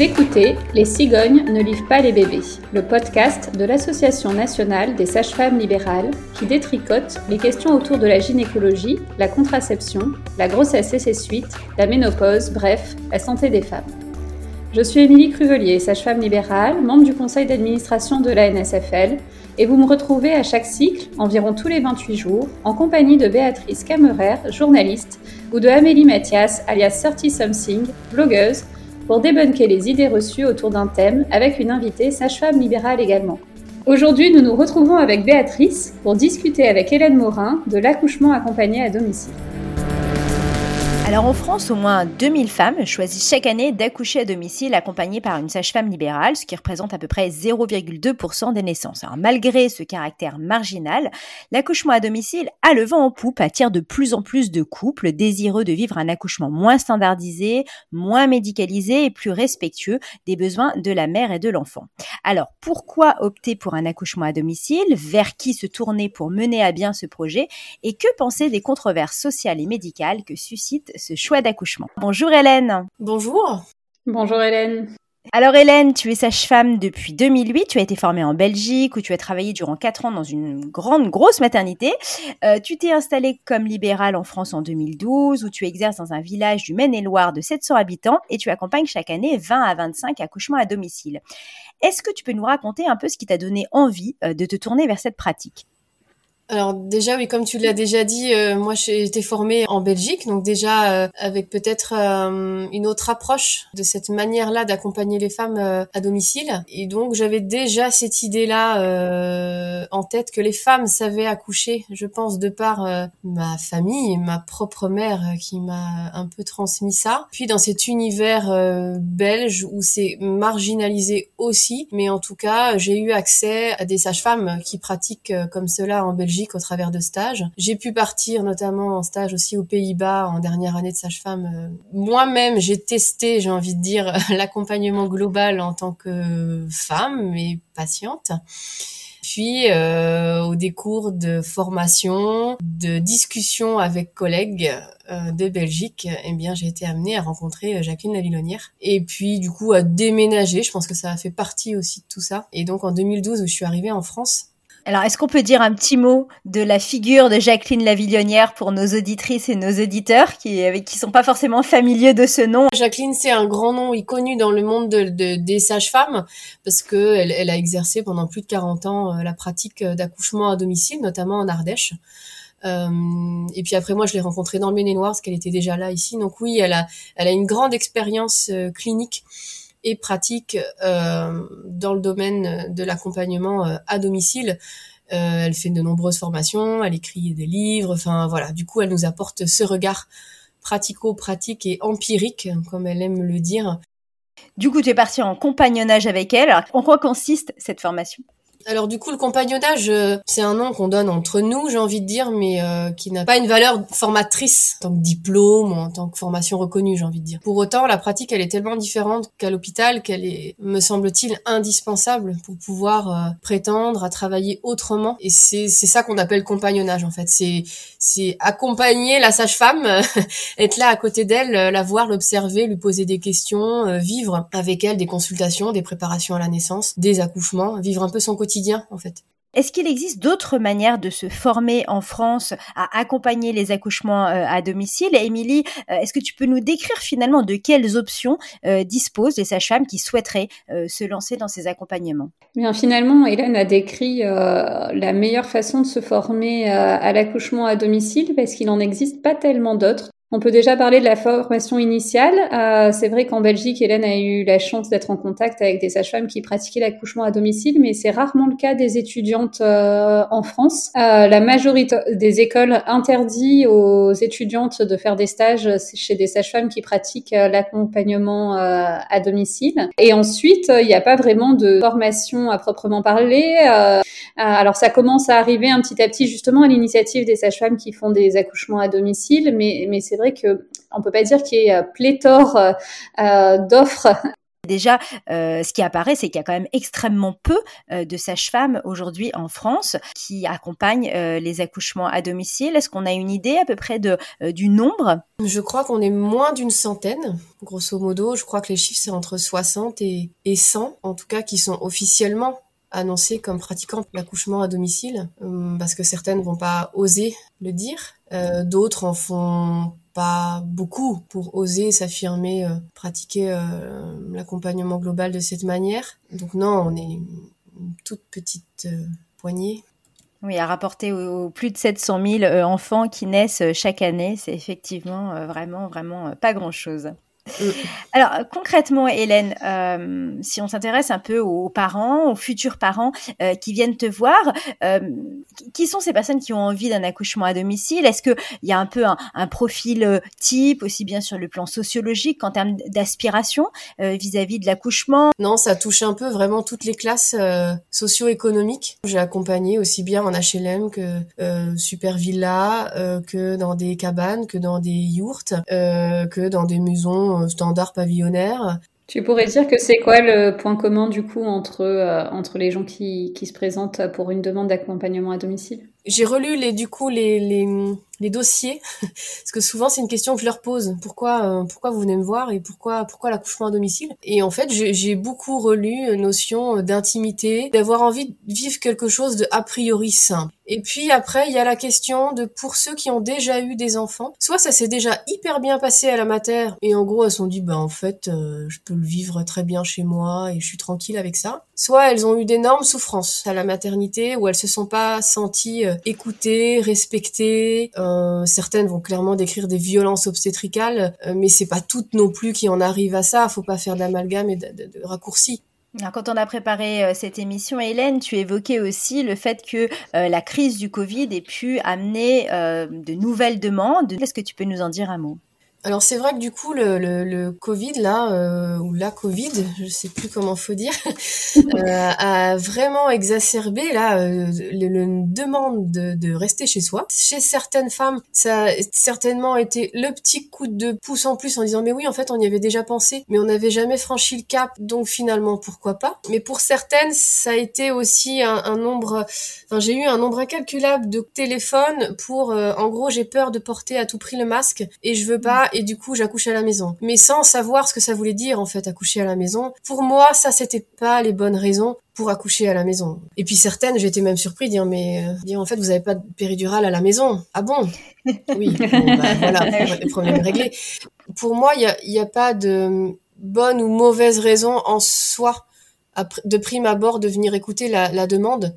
écoutez Les cigognes ne livrent pas les bébés, le podcast de l'Association nationale des sages-femmes libérales qui détricote les questions autour de la gynécologie, la contraception, la grossesse et ses suites, la ménopause, bref, la santé des femmes. Je suis Émilie Cruvelier, sage-femme libérale, membre du conseil d'administration de la NSFL, et vous me retrouvez à chaque cycle, environ tous les 28 jours, en compagnie de Béatrice Kammerer, journaliste, ou de Amélie Mathias, alias 30 Something, blogueuse, pour débunker les idées reçues autour d'un thème avec une invitée sage-femme libérale également. Aujourd'hui, nous nous retrouvons avec Béatrice pour discuter avec Hélène Morin de l'accouchement accompagné à domicile. Alors en France, au moins 2000 femmes choisissent chaque année d'accoucher à domicile accompagnées par une sage-femme libérale, ce qui représente à peu près 0,2% des naissances. Alors malgré ce caractère marginal, l'accouchement à domicile a le vent en poupe, attire de plus en plus de couples désireux de vivre un accouchement moins standardisé, moins médicalisé et plus respectueux des besoins de la mère et de l'enfant. Alors pourquoi opter pour un accouchement à domicile? Vers qui se tourner pour mener à bien ce projet? Et que penser des controverses sociales et médicales que suscite ce choix d'accouchement? Bonjour Hélène. Bonjour. Bonjour Hélène. Alors Hélène, tu es sage-femme depuis 2008, tu as été formée en Belgique où tu as travaillé durant 4 ans dans une grosse maternité. Tu t'es installée comme libérale en France en 2012 où tu exerces dans un village du Maine-et-Loire de 700 habitants et tu accompagnes chaque année 20 à 25 accouchements à domicile. Est-ce que tu peux nous raconter un peu ce qui t'a donné envie de te tourner vers cette pratique ? Alors déjà oui, comme tu l'as déjà dit, moi j'ai été formée en Belgique, donc déjà avec peut-être une autre approche de cette manière-là d'accompagner les femmes à domicile. Et donc j'avais déjà cette idée-là en tête que les femmes savaient accoucher, je pense de par ma famille, ma propre mère qui m'a un peu transmis ça. Puis dans cet univers belge où c'est marginalisé aussi, mais en tout cas j'ai eu accès à des sages-femmes qui pratiquent comme cela en Belgique au travers de stages. J'ai pu partir notamment en stage aussi aux Pays-Bas en dernière année de sage-femme. Moi-même, j'ai testé, j'ai envie de dire, l'accompagnement global en tant que femme et patiente. Puis au décours de formation, de discussions avec collègues de Belgique, eh bien j'ai été amenée à rencontrer Jacqueline Lavillonnière et puis du coup à déménager. Je pense que ça a fait partie aussi de tout ça. Et donc en 2012 où je suis arrivée en France. Alors, est-ce qu'on peut dire un petit mot de la figure de Jacqueline Lavillonnière pour nos auditrices et nos auditeurs qui sont pas forcément familiers de ce nom? Jacqueline, c'est un grand nom connu dans le monde des sages-femmes parce que elle a exercé pendant plus de 40 ans la pratique d'accouchement à domicile, notamment en Ardèche. Et puis après, moi, je l'ai rencontrée dans le Maine-et-Loire parce qu'elle était déjà là ici. Donc oui, elle a une grande expérience clinique et pratique dans le domaine de l'accompagnement à domicile. Elle fait de nombreuses formations, elle écrit des livres, enfin voilà. Du coup, elle nous apporte ce regard pratico-pratique et empirique, comme elle aime le dire. Du coup, tu es partie en compagnonnage avec elle. Alors, en quoi consiste cette formation ? Alors du coup, le compagnonnage, c'est un nom qu'on donne entre nous, j'ai envie de dire, mais qui n'a pas une valeur formatrice en tant que diplôme ou en tant que formation reconnue, j'ai envie de dire. Pour autant, la pratique, elle est tellement différente qu'à l'hôpital qu'elle est, me semble-t-il, indispensable pour pouvoir prétendre à travailler autrement. Et c'est ça qu'on appelle compagnonnage, en fait. C'est accompagner la sage-femme, être là à côté d'elle, la voir, l'observer, lui poser des questions, vivre avec elle des consultations, des préparations à la naissance, des accouchements, vivre un peu son quotidien, en fait. Est-ce qu'il existe d'autres manières de se former en France à accompagner les accouchements à domicile? Et Émilie, est-ce que tu peux nous décrire finalement de quelles options disposent les sages-femmes qui souhaiteraient se lancer dans ces accompagnements? Bien, finalement, Hélène a décrit la meilleure façon de se former à l'accouchement à domicile parce qu'il n'en existe pas tellement d'autres. On peut déjà parler de la formation initiale. C'est vrai qu'en Belgique, Hélène a eu la chance d'être en contact avec des sages-femmes qui pratiquaient l'accouchement à domicile, mais c'est rarement le cas des étudiantes en France. La majorité des écoles interdit aux étudiantes de faire des stages chez des sages-femmes qui pratiquent l'accompagnement à domicile. Et ensuite, il n'y a pas vraiment de formation à proprement parler. Alors ça commence à arriver un petit à petit justement à l'initiative des sages-femmes qui font des accouchements à domicile, mais c'est vrai que on peut pas dire qu'il y ait pléthore d'offres Déjà, ce qui apparaît, c'est qu'il y a quand même extrêmement peu de sages-femmes aujourd'hui en France qui accompagnent les accouchements à domicile. Est-ce qu'on a une idée à peu près du nombre ? Je crois qu'on est moins d'une centaine, grosso modo. Je crois que les chiffres, c'est entre 60 et 100, en tout cas, qui sont officiellement annoncés comme pratiquant l'accouchement à domicile, parce que certaines vont pas oser le dire. D'autres en font pas beaucoup pour oser s'affirmer, pratiquer l'accompagnement global de cette manière. Donc non, on est une toute petite poignée. Oui, à rapporter aux plus de 700 000 enfants qui naissent chaque année, c'est effectivement vraiment pas grand-chose. Alors concrètement, Hélène, si on s'intéresse un peu aux parents, aux futurs parents qui viennent te voir, qui sont ces personnes qui ont envie d'un accouchement à domicile ? Est-ce qu'il y a un peu un profil type, aussi bien sur le plan sociologique qu'en termes d'aspiration vis-à-vis de l'accouchement ? Non, ça touche un peu vraiment toutes les classes socio-économiques. J'ai accompagné aussi bien en HLM que super villa, que dans des cabanes, que dans des yourtes, que dans des maisons standards pavillonnaires. Tu pourrais dire que c'est quoi le point commun du coup entre les gens qui se présentent pour une demande d'accompagnement à domicile ? J'ai relu les dossiers parce que souvent c'est une question que je leur pose. Pourquoi vous venez me voir et pourquoi l'accouchement à domicile ? Et en fait, j'ai beaucoup relu notion d'intimité, d'avoir envie de vivre quelque chose de a priori sain. Et puis après, il y a la question de pour ceux qui ont déjà eu des enfants, soit ça s'est déjà hyper bien passé à la mater et en gros elles se sont dit en fait je peux le vivre très bien chez moi et je suis tranquille avec ça. Soit elles ont eu d'énormes souffrances à la maternité où elles se sont pas senties écoutées, respectées. Certaines vont clairement décrire des violences obstétricales, mais c'est pas toutes non plus qui en arrivent à ça. Faut pas faire d'amalgame et de raccourcis. Alors, quand on a préparé cette émission, Hélène, tu évoquais aussi le fait que la crise du Covid ait pu amener de nouvelles demandes. Est-ce que tu peux nous en dire un mot ? Alors c'est vrai que du coup le Covid là ou la Covid, je sais plus comment faut dire, a vraiment exacerbé là le demande de rester chez soi. Chez certaines femmes, ça a certainement été le petit coup de pouce en plus en disant mais oui en fait on y avait déjà pensé, mais on n'avait jamais franchi le cap, donc finalement pourquoi pas. Mais pour certaines, ça a été aussi un nombre, enfin j'ai eu un nombre incalculable de téléphones pour en gros j'ai peur de porter à tout prix le masque et je veux pas. Et du coup, j'accouche à la maison. Mais sans savoir ce que ça voulait dire, en fait, accoucher à la maison. Pour moi, ça, c'était pas les bonnes raisons pour accoucher à la maison. Et puis certaines, j'étais même surpris de dire, en fait, vous avez pas de péridurale à la maison. Ah bon? Oui. Bon, voilà, le problème est réglé. Pour moi, il y a pas de bonne ou mauvaise raison en soi, de prime abord, de venir écouter la demande.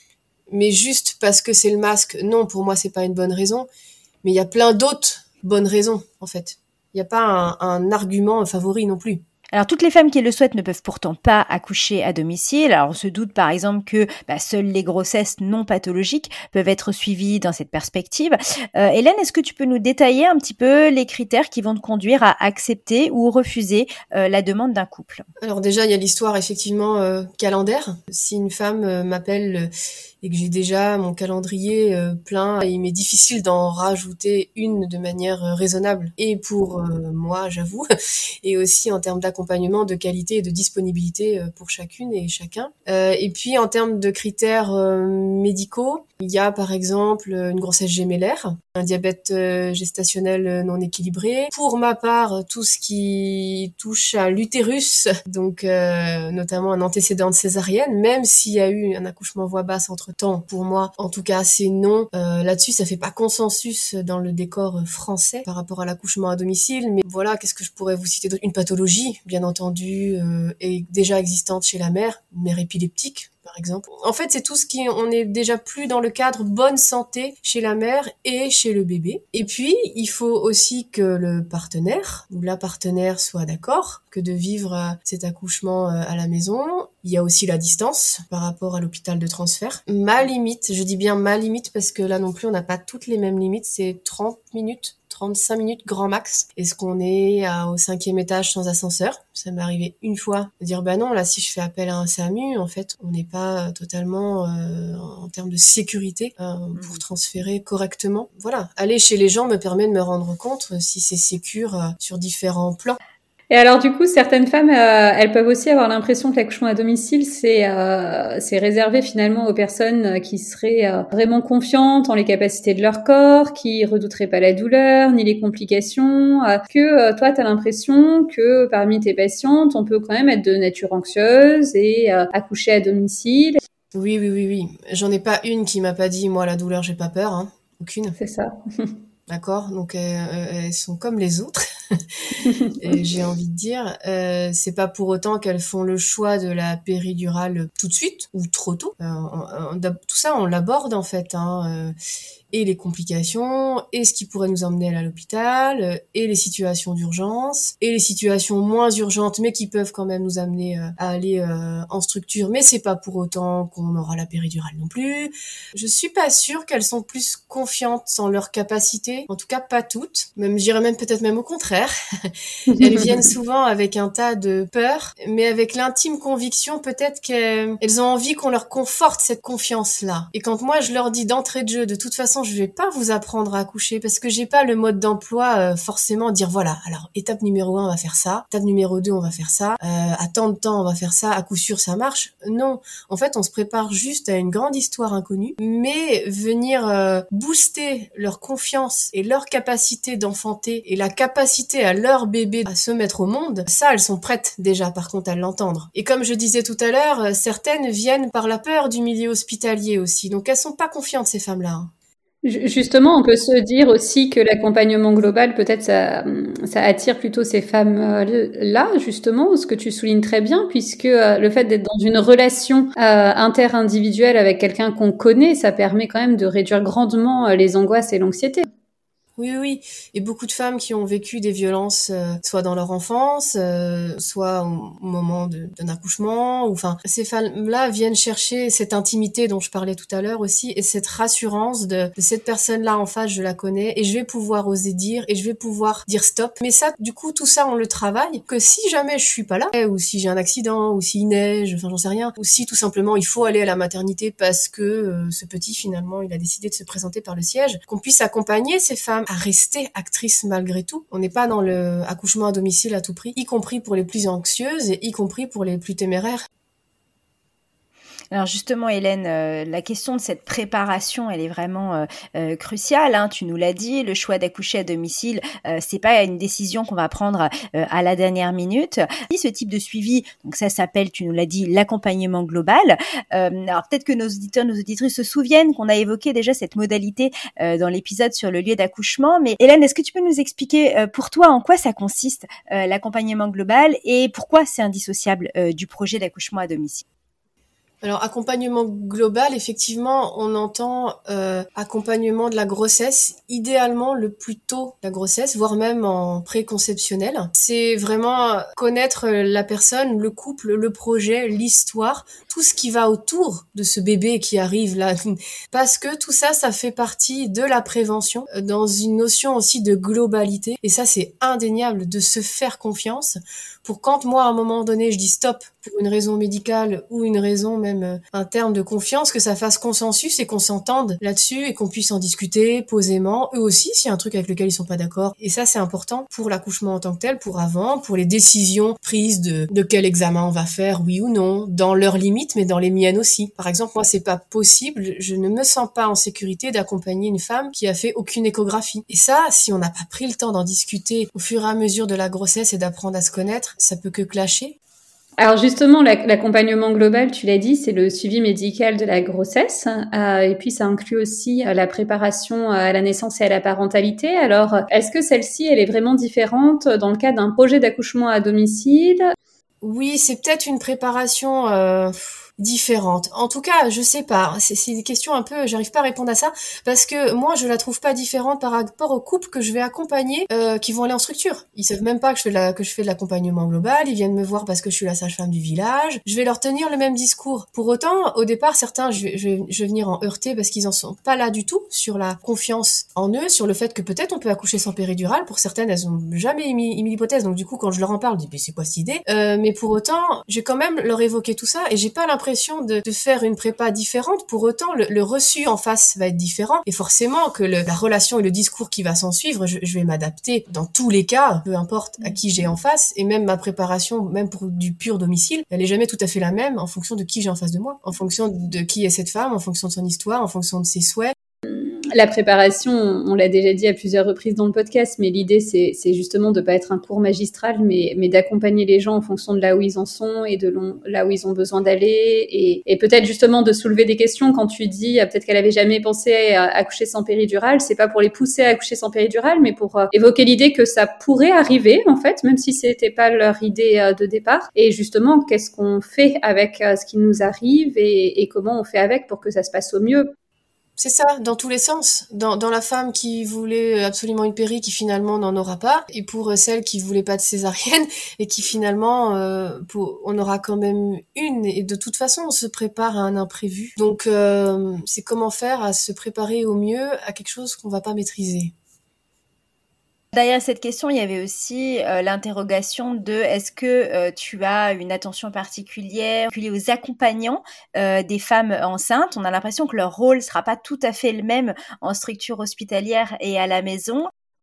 Mais juste parce que c'est le masque, non, pour moi, c'est pas une bonne raison. Mais il y a plein d'autres bonne raison, en fait. Il n'y a pas un argument favori non plus. Alors, toutes les femmes qui le souhaitent ne peuvent pourtant pas accoucher à domicile. Alors, on se doute par exemple que seules les grossesses non pathologiques peuvent être suivies dans cette perspective. Hélène, est-ce que tu peux nous détailler un petit peu les critères qui vont te conduire à accepter ou refuser la demande d'un couple ? Alors déjà, il y a l'histoire effectivement calendaire. Si une femme m'appelle et que j'ai déjà mon calendrier plein, il m'est difficile d'en rajouter une de manière raisonnable. Et pour moi, j'avoue, et aussi en termes d'accompagnement, de qualité et de disponibilité pour chacune et chacun. Et puis en termes de critères médicaux, il y a par exemple une grossesse gémellaire, un diabète gestationnel non équilibré. Pour ma part, tout ce qui touche à l'utérus, donc notamment un antécédent de césarienne, même s'il y a eu un accouchement voix basse entre-temps, pour moi, en tout cas, c'est non. Là-dessus, ça fait pas consensus dans le décor français par rapport à l'accouchement à domicile, mais voilà, qu'est-ce que je pourrais vous citer d'autre ? Une pathologie, bien entendu, est déjà existante chez la mère, une mère épileptique, par exemple. En fait, c'est tout ce qui, on est déjà plus dans le cadre bonne santé chez la mère et chez le bébé. Et puis, il faut aussi que le partenaire ou la partenaire soit d'accord que de vivre cet accouchement à la maison. Il y a aussi la distance par rapport à l'hôpital de transfert. Ma limite, je dis bien ma limite parce que là non plus, on n'a pas toutes les mêmes limites, c'est 30 minutes. 35 minutes grand max. Est-ce qu'on est au 5e étage sans ascenseur ? Ça m'est arrivé une fois de dire non, là si je fais appel à un SAMU, en fait, on n'est pas totalement en termes de sécurité pour transférer correctement. Voilà, aller chez les gens me permet de me rendre compte si c'est sécure sur différents plans. Et alors du coup, certaines femmes, elles peuvent aussi avoir l'impression que l'accouchement à domicile, c'est réservé finalement aux personnes qui seraient vraiment confiantes en les capacités de leur corps, qui redouteraient pas la douleur ni les complications. Toi, tu as l'impression que parmi tes patientes, on peut quand même être de nature anxieuse et accoucher à domicile. Oui. J'en ai pas une qui m'a pas dit, moi, la douleur, j'ai pas peur, hein. Aucune. C'est ça. D'accord? Donc, elles sont comme les autres. Et j'ai envie de dire, c'est pas pour autant qu'elles font le choix de la péridurale tout de suite ou trop tôt. Tout ça, on l'aborde en fait, hein, et les complications, et ce qui pourrait nous emmener à l'hôpital, et les situations d'urgence, et les situations moins urgentes, mais qui peuvent quand même nous amener à aller en structure. Mais c'est pas pour autant qu'on aura la péridurale non plus. Je suis pas sûre qu'elles sont plus confiantes en leur capacité, en tout cas pas toutes. Même, je dirais même peut-être même au contraire. Elles viennent souvent avec un tas de peur, mais avec l'intime conviction peut-être qu'elles ont envie qu'on leur conforte cette confiance-là. Et quand moi je leur dis d'entrée de jeu, de toute façon je vais pas vous apprendre à accoucher parce que j'ai pas le mode d'emploi forcément dire voilà, alors étape numéro 1 on va faire ça, étape numéro 2 on va faire ça, à tant de temps on va faire ça, à coup sûr ça marche. Non, en fait on se prépare juste à une grande histoire inconnue, mais venir booster leur confiance et leur capacité d'enfanter et la capacité à leur bébé à se mettre au monde, ça elles sont prêtes déjà par contre à l'entendre. Et comme je disais tout à l'heure, certaines viennent par la peur du milieu hospitalier aussi, donc elles sont pas confiantes ces femmes-là, hein. Justement, on peut se dire aussi que l'accompagnement global, peut-être ça attire plutôt ces femmes-là, justement, ce que tu soulignes très bien, puisque le fait d'être dans une relation inter-individuelle avec quelqu'un qu'on connaît, ça permet quand même de réduire grandement les angoisses et l'anxiété. Oui. Et beaucoup de femmes qui ont vécu des violences, soit dans leur enfance, soit au moment d'un accouchement, ou enfin, ces femmes-là viennent chercher cette intimité dont je parlais tout à l'heure aussi, et cette rassurance de cette personne-là en face, je la connais, et je vais pouvoir oser dire, et je vais pouvoir dire stop. Mais ça, du coup, tout ça, on le travaille, que si jamais je suis pas là, ou si j'ai un accident, ou s'il neige, enfin, j'en sais rien, ou si tout simplement il faut aller à la maternité parce que ce petit, finalement, il a décidé de se présenter par le siège, qu'on puisse accompagner ces femmes à rester actrices malgré tout. On n'est pas dans le accouchement à domicile à tout prix, y compris pour les plus anxieuses et y compris pour les plus téméraires. Alors justement, Hélène, la question de cette préparation, elle est vraiment cruciale, hein. Tu nous l'as dit, le choix d'accoucher à domicile, c'est pas une décision qu'on va prendre à la dernière minute. Ce type de suivi, donc ça s'appelle, tu nous l'as dit, l'accompagnement global. Alors peut-être que nos auditeurs, nos auditrices se souviennent qu'on a évoqué déjà cette modalité dans l'épisode sur le lieu d'accouchement. Mais Hélène, est-ce que tu peux nous expliquer pour toi en quoi ça consiste l'accompagnement global et pourquoi c'est indissociable du projet d'accouchement à domicile? Alors, accompagnement global, effectivement, on entend accompagnement de la grossesse, idéalement le plus tôt la grossesse, voire même en préconceptionnel. C'est vraiment connaître la personne, le couple, le projet, l'histoire, tout ce qui va autour de ce bébé qui arrive là. Parce que tout ça, ça fait partie de la prévention, dans une notion aussi de globalité. Et ça, c'est indéniable de se faire confiance pour quand moi, à un moment donné, je dis stop pour une raison médicale ou une raison même un terme de confiance, que ça fasse consensus et qu'on s'entende là-dessus et qu'on puisse en discuter posément, eux aussi, s'il y a un truc avec lequel ils sont pas d'accord. Et ça, c'est important pour l'accouchement en tant que tel, pour avant, pour les décisions prises de quel examen on va faire, oui ou non, dans leurs limites, mais dans les miennes aussi. Par exemple, moi, c'est pas possible, je ne me sens pas en sécurité d'accompagner une femme qui a fait aucune échographie. Et ça, si on n'a pas pris le temps d'en discuter au fur et à mesure de la grossesse et d'apprendre à se connaître, ça peut que clasher. Alors justement, l'accompagnement global, tu l'as dit, c'est le suivi médical de la grossesse, et puis ça inclut aussi la préparation à la naissance et à la parentalité. Alors, est-ce que celle-ci, elle est vraiment différente dans le cas d'un projet d'accouchement à domicile? Oui, c'est peut-être une préparation différente. En tout cas, je sais pas. C'est des questions un peu, j'arrive pas à répondre à ça parce que moi, je la trouve pas différente par rapport aux couples que je vais accompagner qui vont aller en structure. Ils savent même pas que je fais de l'accompagnement global. Ils viennent me voir parce que je suis la sage-femme du village. Je vais leur tenir le même discours. Pour autant, au départ, certains, je vais venir en heurter parce qu'ils en sont pas là du tout sur la confiance en eux, sur le fait que peut-être on peut accoucher sans péridurale. Pour certaines, elles ont jamais émis l'hypothèse. Donc du coup, quand je leur en parle, je dis mais c'est quoi cette idée Mais pour autant, j'ai quand même leur évoqué tout ça et j'ai pas l'impression l'impression de faire une prépa différente. Pour autant, le reçu en face va être différent. Et forcément que la relation et le discours qui va s'en suivre, je vais m'adapter dans tous les cas, peu importe à qui j'ai en face. Et même ma préparation, même pour du pur domicile, elle est jamais tout à fait la même en fonction de qui j'ai en face de moi, en fonction de qui est cette femme, en fonction de son histoire, en fonction de ses souhaits. La préparation, on l'a déjà dit à plusieurs reprises dans le podcast, mais l'idée, c'est justement de pas être un cours magistral, mais d'accompagner les gens en fonction de là où ils en sont et de là où ils ont besoin d'aller, et peut-être justement de soulever des questions quand tu dis peut-être qu'elle avait jamais pensé à accoucher sans péridurale. C'est pas pour les pousser à accoucher sans péridurale, mais pour évoquer l'idée que ça pourrait arriver, en fait, même si c'était pas leur idée de départ. Et justement, qu'est-ce qu'on fait avec ce qui nous arrive et comment on fait avec pour que ça se passe au mieux. C'est ça, dans tous les sens. Dans la femme qui voulait absolument une péri, qui finalement n'en aura pas, et pour celle qui voulait pas de césarienne, et qui finalement, on aura quand même une, et de toute façon, on se prépare à un imprévu. Donc, c'est comment faire à se préparer au mieux à quelque chose qu'on va pas maîtriser. Derrière cette question, il y avait aussi l'interrogation de est-ce que tu as une attention particulière aux accompagnants des femmes enceintes. On a l'impression que leur rôle ne sera pas tout à fait le même en structure hospitalière et à la maison.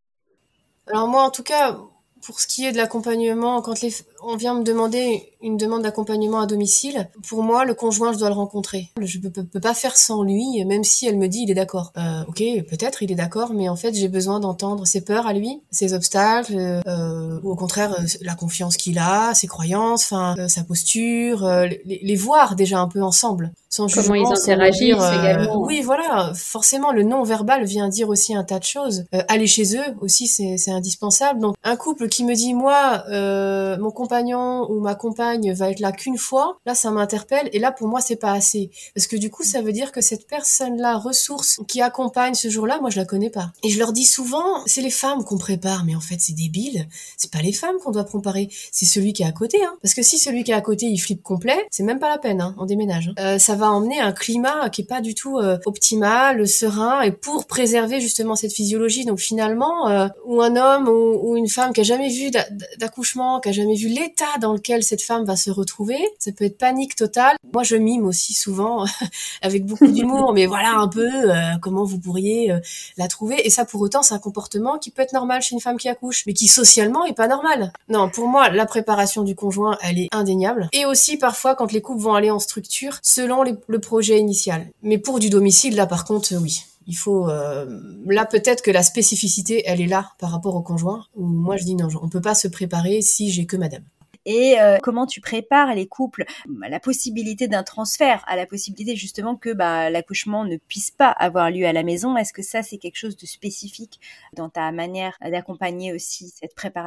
Alors moi, en tout cas, pour ce qui est de l'accompagnement, quand on vient me demander une demande d'accompagnement à domicile, pour moi, le conjoint, je dois le rencontrer. Je peux pas faire sans lui, même si elle me dit il est d'accord. Ok, peut-être il est d'accord, mais en fait, j'ai besoin d'entendre ses peurs à lui, ses obstacles, ou au contraire, la confiance qu'il a, ses croyances, sa posture, les voir déjà un peu ensemble. Sans comment jugement, ils interagissent également. Oui, voilà. Forcément, le non-verbal vient dire aussi un tas de choses. Aller chez eux aussi, c'est indispensable. Donc, un couple qui me dit, moi, mon compagnon ou ma compagne va être là qu'une fois, là, ça m'interpelle. Et là, pour moi, c'est pas assez. Parce que du coup, ça veut dire que cette personne-là, ressource, qui accompagne ce jour-là, moi, je la connais pas. Et je leur dis souvent, c'est les femmes qu'on prépare. Mais en fait, c'est débile. C'est pas les femmes qu'on doit préparer. C'est celui qui est à côté, hein. Parce que si celui qui est à côté, il flippe complet, c'est même pas la peine, hein. On déménage, hein. Ça va emmener un climat qui est pas du tout optimal, serein, et pour préserver justement cette physiologie. Donc finalement, ou un homme ou une femme qui a jamais vu d'accouchement, qui a jamais vu l'état dans lequel cette femme va se retrouver, ça peut être panique totale. Moi, je mime aussi souvent avec beaucoup d'humour, mais voilà un peu comment vous pourriez la trouver. Et ça, pour autant, c'est un comportement qui peut être normal chez une femme qui accouche, mais qui socialement est pas normal. Non, pour moi, la préparation du conjoint, elle est indéniable. Et aussi parfois, quand les couples vont aller en structure, selon le projet initial. Mais pour du domicile, là, par contre, oui. Il faut... là, peut-être que la spécificité, elle est là par rapport au conjoint. Où moi, je dis non, on peut pas se préparer si j'ai que madame. Et comment tu prépares les couples à la possibilité d'un transfert, à la possibilité justement que l'accouchement ne puisse pas avoir lieu à la maison. Est-ce que ça, c'est quelque chose de spécifique dans ta manière d'accompagner aussi cette préparation ?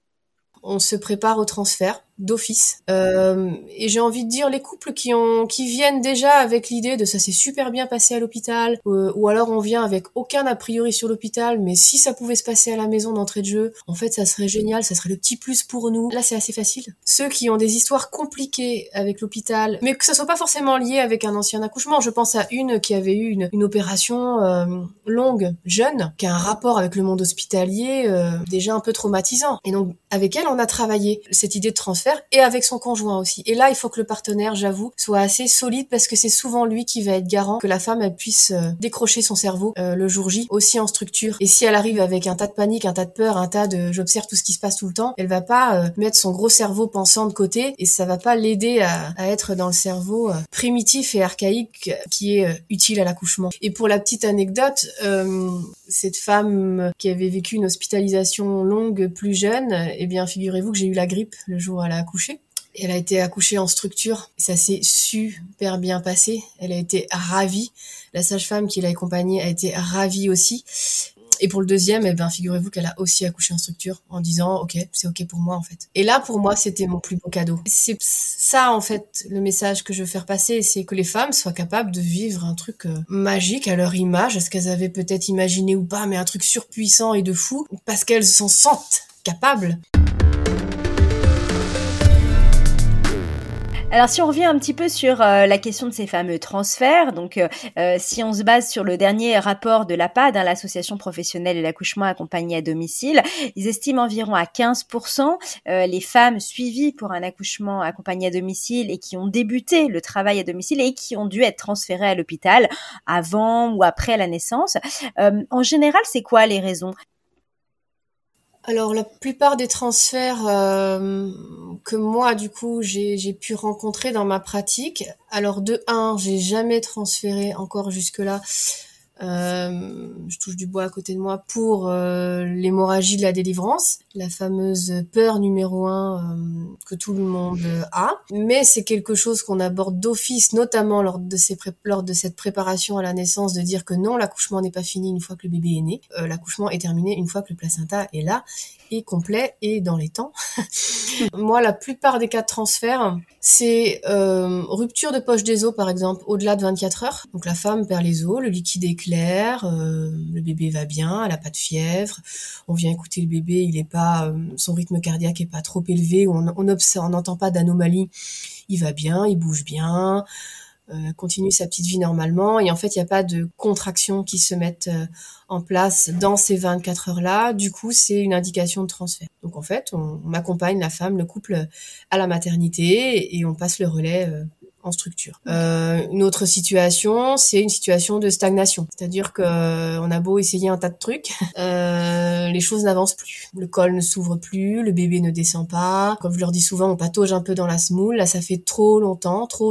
On se prépare au transfert d'office. Et j'ai envie de dire, les couples qui viennent déjà avec l'idée de ça s'est super bien passé à l'hôpital, ou alors on vient avec aucun a priori sur l'hôpital, mais si ça pouvait se passer à la maison d'entrée de jeu, en fait ça serait génial, ça serait le petit plus pour nous. Là c'est assez facile. Ceux qui ont des histoires compliquées avec l'hôpital, mais que ça soit pas forcément lié avec un ancien accouchement, je pense à une qui avait eu une opération longue, jeune, qui a un rapport avec le monde hospitalier déjà un peu traumatisant. Et donc avec elle on a travaillé cette idée de transfert, et avec son conjoint aussi. Et là, il faut que le partenaire, j'avoue, soit assez solide, parce que c'est souvent lui qui va être garant que la femme, elle puisse décrocher son cerveau le jour J, aussi en structure. Et si elle arrive avec un tas de panique, un tas de peur, un tas de j'observe tout ce qui se passe tout le temps, elle va pas mettre son gros cerveau pensant de côté, et ça va pas l'aider à être dans le cerveau primitif et archaïque qui est utile à l'accouchement. Et pour la petite anecdote, cette femme qui avait vécu une hospitalisation longue plus jeune, eh bien figurez-vous que j'ai eu la grippe le jour où elle a accouché. Elle a été accouchée en structure. Ça s'est super bien passé. Elle a été ravie. La sage-femme qui l'a accompagnée a été ravie aussi. Et pour le deuxième, eh ben, figurez-vous qu'elle a aussi accouché en structure en disant, OK, c'est OK pour moi, en fait. Et là, pour moi, c'était mon plus beau cadeau. C'est ça, en fait, le message que je veux faire passer, c'est que les femmes soient capables de vivre un truc magique à leur image, à ce qu'elles avaient peut-être imaginé ou pas, mais un truc surpuissant et de fou, parce qu'elles s'en sentent capables. Alors si on revient un petit peu sur la question de ces fameux transferts, donc si on se base sur le dernier rapport de l'APAD, l'Association professionnelle de l'accouchement accompagné à domicile, ils estiment environ à 15% les femmes suivies pour un accouchement accompagné à domicile et qui ont débuté le travail à domicile et qui ont dû être transférées à l'hôpital avant ou après la naissance. En général, c'est quoi les raisons ? Alors la plupart des transferts que moi du coup j'ai pu rencontrer dans ma pratique, alors de un, j'ai jamais transféré encore jusque-là. Je touche du bois à côté de moi pour l'hémorragie de la délivrance, la fameuse peur numéro 1 que tout le monde a. Mais c'est quelque chose qu'on aborde d'office, notamment lors de cette préparation à la naissance, de dire que non, l'accouchement n'est pas fini une fois que le bébé est né. L'accouchement est terminé une fois que le placenta est là, et complet et dans les temps. Moi, la plupart des cas de transfert, c'est rupture de poche des os, par exemple, au-delà de 24 heures. Donc la femme perd les os, le liquide est clair, le bébé va bien, elle a pas de fièvre. On vient écouter le bébé, il est pas, son rythme cardiaque est pas trop élevé, on n'entend pas d'anomalie. Il va bien, il bouge bien, continue sa petite vie normalement, et en fait il n'y a pas de contractions qui se mettent en place dans ces 24 heures-là. Du coup, c'est une indication de transfert. Donc en fait, on accompagne la femme, le couple à la maternité et on passe le relais en structure. Une autre situation, c'est une situation de stagnation. C'est-à-dire que on a beau essayer un tas de trucs, les choses n'avancent plus. Le col ne s'ouvre plus, le bébé ne descend pas. Comme je leur dis souvent, on patauge un peu dans la semoule. Là, ça fait trop longtemps, trop.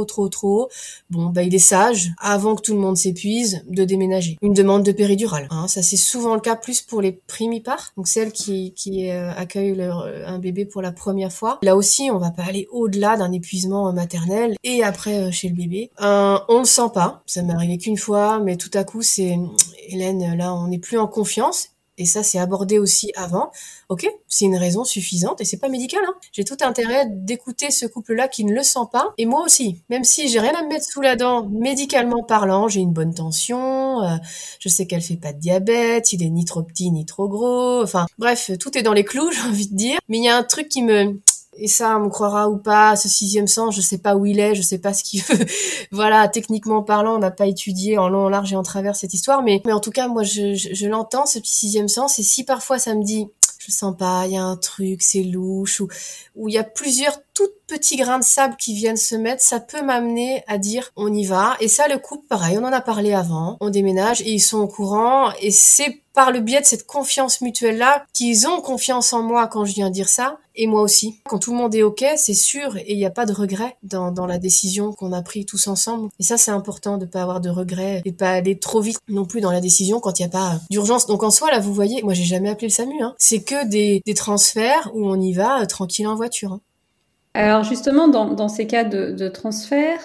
Bon, il est sage, avant que tout le monde s'épuise, de déménager. Une demande de péridurale. Ça, c'est souvent le cas plus pour les primipares, donc celles qui accueillent un bébé pour la première fois. Là aussi, on va pas aller au-delà d'un épuisement maternel et après chez le bébé. On le sent pas. Ça m'est arrivé qu'une fois, mais tout à coup, c'est Hélène, là, on n'est plus en confiance. Et ça, c'est abordé aussi avant. Ok, c'est une raison suffisante et c'est pas médical. J'ai tout intérêt d'écouter ce couple-là qui ne le sent pas. Et moi aussi, même si j'ai rien à me mettre sous la dent, médicalement parlant, j'ai une bonne tension, je sais qu'elle fait pas de diabète, il est ni trop petit ni trop gros. Enfin, bref, tout est dans les clous, j'ai envie de dire. Mais il y a un truc qui me... Et ça, on me croira ou pas, ce sixième sens, je sais pas où il est, je sais pas ce qu'il veut. Voilà, techniquement parlant, on n'a pas étudié en long, en large et en travers cette histoire, mais en tout cas, moi, je l'entends, ce petit sixième sens, et si parfois ça me dit, je sens pas, il y a un truc, c'est louche, ou il y a plusieurs tout petits grains de sable qui viennent se mettre, ça peut m'amener à dire, on y va. Et ça, le couple, pareil, on en a parlé avant, on déménage, et ils sont au courant, et c'est par le biais de cette confiance mutuelle-là qu'ils ont confiance en moi quand je viens dire ça, et moi aussi. Quand tout le monde est OK, c'est sûr, et il n'y a pas de regret dans la décision qu'on a prise tous ensemble. Et ça, c'est important de pas avoir de regrets et de pas aller trop vite non plus dans la décision quand il n'y a pas d'urgence. Donc en soi, là, vous voyez, moi, j'ai jamais appelé le SAMU. C'est que des transferts où on y va tranquille en voiture. Alors justement, dans ces cas de transfert,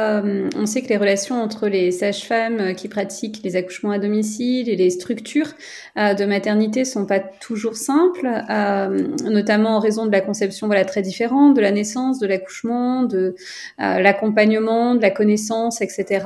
on sait que les relations entre les sages-femmes qui pratiquent les accouchements à domicile et les structures de maternité sont pas toujours simples, notamment en raison de la conception très différente de la naissance, de l'accouchement, de l'accompagnement, de la connaissance, etc.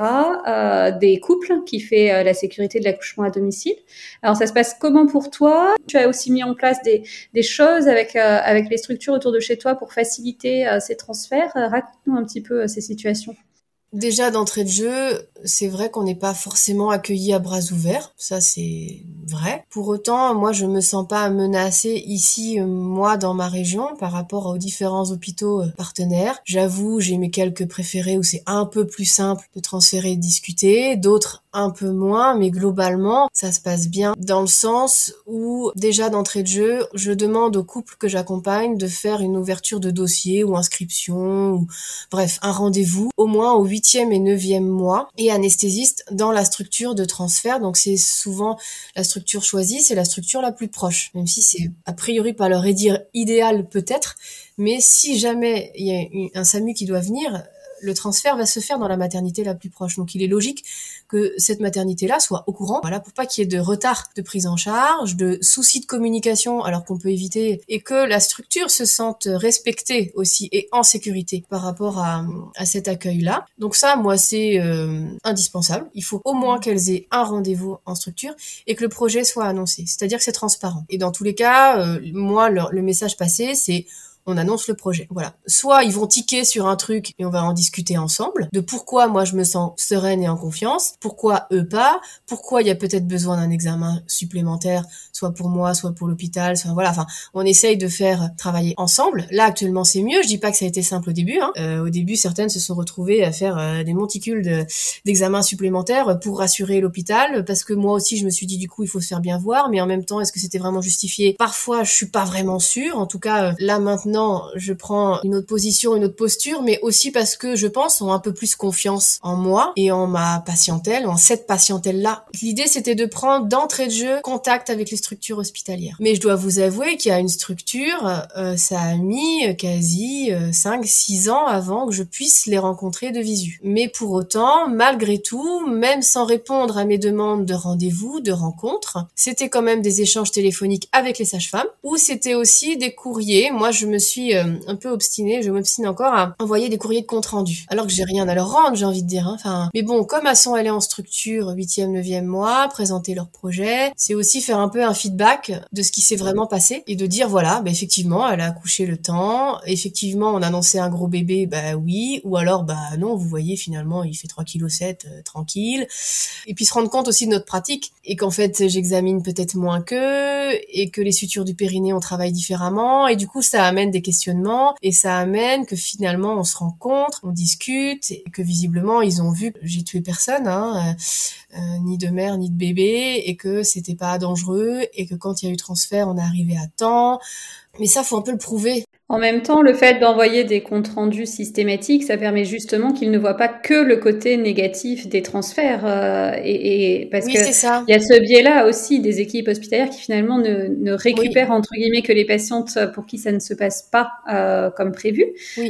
Des couples qui fait la sécurité de l'accouchement à domicile. Alors ça se passe comment pour toi ? Tu as aussi mis en place des choses avec les structures autour de chez toi pour faciliter ces transferts. Raconte-nous un petit peu ces situations. Déjà, d'entrée de jeu, c'est vrai qu'on n'est pas forcément accueillis à bras ouverts. Ça, c'est vrai. Pour autant, moi, je me sens pas menacée ici, moi, dans ma région, par rapport aux différents hôpitaux partenaires. J'avoue, j'ai mes quelques préférés où c'est un peu plus simple de transférer et de discuter. D'autres, un peu moins, mais globalement, ça se passe bien dans le sens où, déjà, d'entrée de jeu, je demande aux couples que j'accompagne de faire une ouverture de dossier ou inscription, ou bref, un rendez-vous, au moins au 8e et 9e mois, et anesthésiste dans la structure de transfert. Donc c'est souvent la structure choisie, c'est la structure la plus proche, même si c'est a priori pas leur idéal peut-être, mais si jamais il y a un SAMU qui doit venir, le transfert va se faire dans la maternité la plus proche. Donc il est logique que cette maternité-là soit au courant, voilà, pour pas qu'il y ait de retard de prise en charge, de soucis de communication alors qu'on peut éviter, et que la structure se sente respectée aussi et en sécurité par rapport à cet accueil-là. Donc ça, moi, c'est indispensable. Il faut au moins qu'elles aient un rendez-vous en structure et que le projet soit annoncé, c'est-à-dire que c'est transparent. Et dans tous les cas, moi, le message passé, c'est on annonce le projet. Voilà. Soit ils vont tiquer sur un truc et on va en discuter ensemble de pourquoi moi je me sens sereine et en confiance, pourquoi eux pas, pourquoi il y a peut-être besoin d'un examen supplémentaire, soit pour moi, soit pour l'hôpital, soit voilà. Enfin, on essaye de faire travailler ensemble. Là actuellement c'est mieux. Je dis pas que ça a été simple au début. Au début, certaines se sont retrouvées à faire des monticules d'examens supplémentaires pour rassurer l'hôpital, parce que moi aussi je me suis dit du coup il faut se faire bien voir, mais en même temps est-ce que c'était vraiment justifié? Parfois je suis pas vraiment sûre. En tout cas là maintenant je prends une autre position, une autre posture, mais aussi parce que je pense ont un peu plus confiance en moi et en ma patientèle, en cette patientèle-là. L'idée c'était de prendre d'entrée de jeu contact avec les structures hospitalières. Mais je dois vous avouer qu'il y a une structure, ça a mis quasi 5-6 ans avant que je puisse les rencontrer de visu. Mais pour autant, malgré tout, même sans répondre à mes demandes de rendez-vous, de rencontres, c'était quand même des échanges téléphoniques avec les sages-femmes, ou c'était aussi des courriers. Moi, je me suis un peu obstinée, je m'obstine encore à envoyer des courriers de compte-rendu. Alors que j'ai rien à leur rendre, j'ai envie de dire. Enfin, mais bon, comme elles sont allées en structure 8e, 9e mois, présenter leur projet, c'est aussi faire un peu un feedback de ce qui s'est vraiment passé et de dire voilà, effectivement, elle a accouché le temps, effectivement, on annonçait un gros bébé, oui, ou alors non, vous voyez, finalement, il fait 3,7 kg, tranquille. Et puis se rendre compte aussi de notre pratique et qu'en fait, j'examine peut-être moins qu'eux et que les sutures du périnée, on travaille différemment et du coup, ça amène des questionnements et ça amène que finalement, on se rencontre, on discute et que visiblement, ils ont vu que j'ai tué personne, ni de mère, ni de bébé, et que c'était pas dangereux, et que quand il y a eu transfert, on est arrivé à temps. Mais ça, faut un peu le prouver. En même temps, le fait d'envoyer des comptes rendus systématiques, ça permet justement qu'ils ne voient pas que le côté négatif des transferts. Parce que c'est ça. Il y a ce biais-là aussi des équipes hospitalières qui finalement ne récupèrent entre guillemets que les patientes pour qui ça ne se passe pas comme prévu,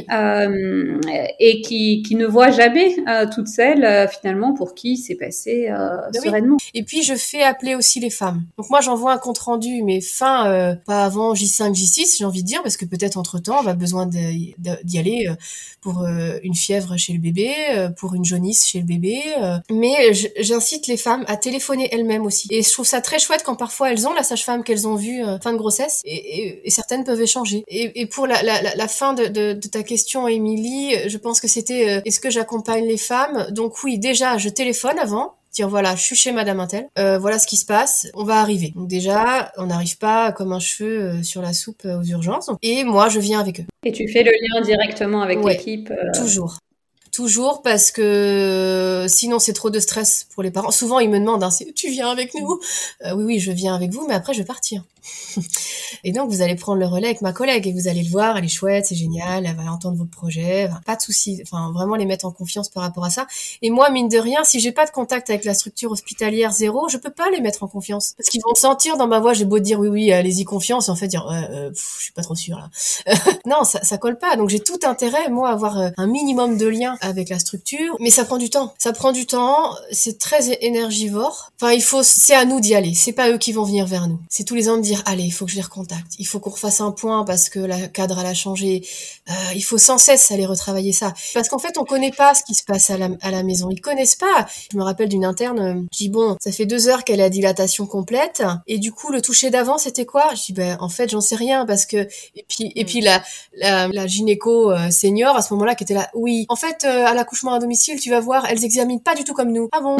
et qui ne voient jamais toutes celles finalement pour qui c'est passé sereinement. Et puis je fais appeler aussi les femmes. Donc moi j'envoie un compte rendu, mais pas avant J5, J6, j'ai envie de dire, parce que peut-être entre-temps, on a besoin d'y aller pour une fièvre chez le bébé, pour une jaunisse chez le bébé. Mais j'incite les femmes à téléphoner elles-mêmes aussi. Et je trouve ça très chouette quand parfois elles ont la sage-femme qu'elles ont vue fin de grossesse, et certaines peuvent échanger. Et pour la fin de ta question, Émilie, je pense que c'était est-ce que j'accompagne les femmes? Donc oui, déjà, je téléphone avant. Dire voilà, je suis chez Madame Intel, voilà ce qui se passe, on va arriver. Donc déjà, on n'arrive pas comme un cheveu sur la soupe aux urgences. Et moi, je viens avec eux. Et tu fais le lien directement avec l'équipe Toujours, parce que sinon c'est trop de stress pour les parents. Souvent ils me demandent tu viens avec nous? Oui, je viens avec vous, mais après je vais partir. Et donc vous allez prendre le relais avec ma collègue et vous allez le voir, elle est chouette, c'est génial, elle va entendre vos projets, pas de souci. Enfin, vraiment les mettre en confiance par rapport à ça. Et moi, mine de rien, si j'ai pas de contact avec la structure hospitalière 0, je peux pas les mettre en confiance. Parce qu'ils vont sentir dans ma voix, j'ai beau dire oui, allez-y confiance, et en fait dire je suis pas trop sûre là. Non, ça colle pas. Donc j'ai tout intérêt, moi, à avoir un minimum de lien avec la structure, mais ça prend du temps. C'est très énergivore. Enfin, c'est à nous d'y aller. C'est pas eux qui vont venir vers nous. C'est tous les ans de dire allez, il faut que je les recontacte. Il faut qu'on refasse un point parce que la cadre elle a changé. Il faut sans cesse aller retravailler ça. Parce qu'en fait, on connaît pas ce qui se passe à la maison. Ils connaissent pas. Je me rappelle d'une interne, je dis bon, ça fait 2 heures qu'elle a dilatation complète et du coup le toucher d'avant c'était quoi? Je dis en fait j'en sais rien parce que et puis la gynéco senior à ce moment-là qui était là, oui, en fait à l'accouchement à domicile, tu vas voir, elles examinent pas du tout comme nous. Ah bon?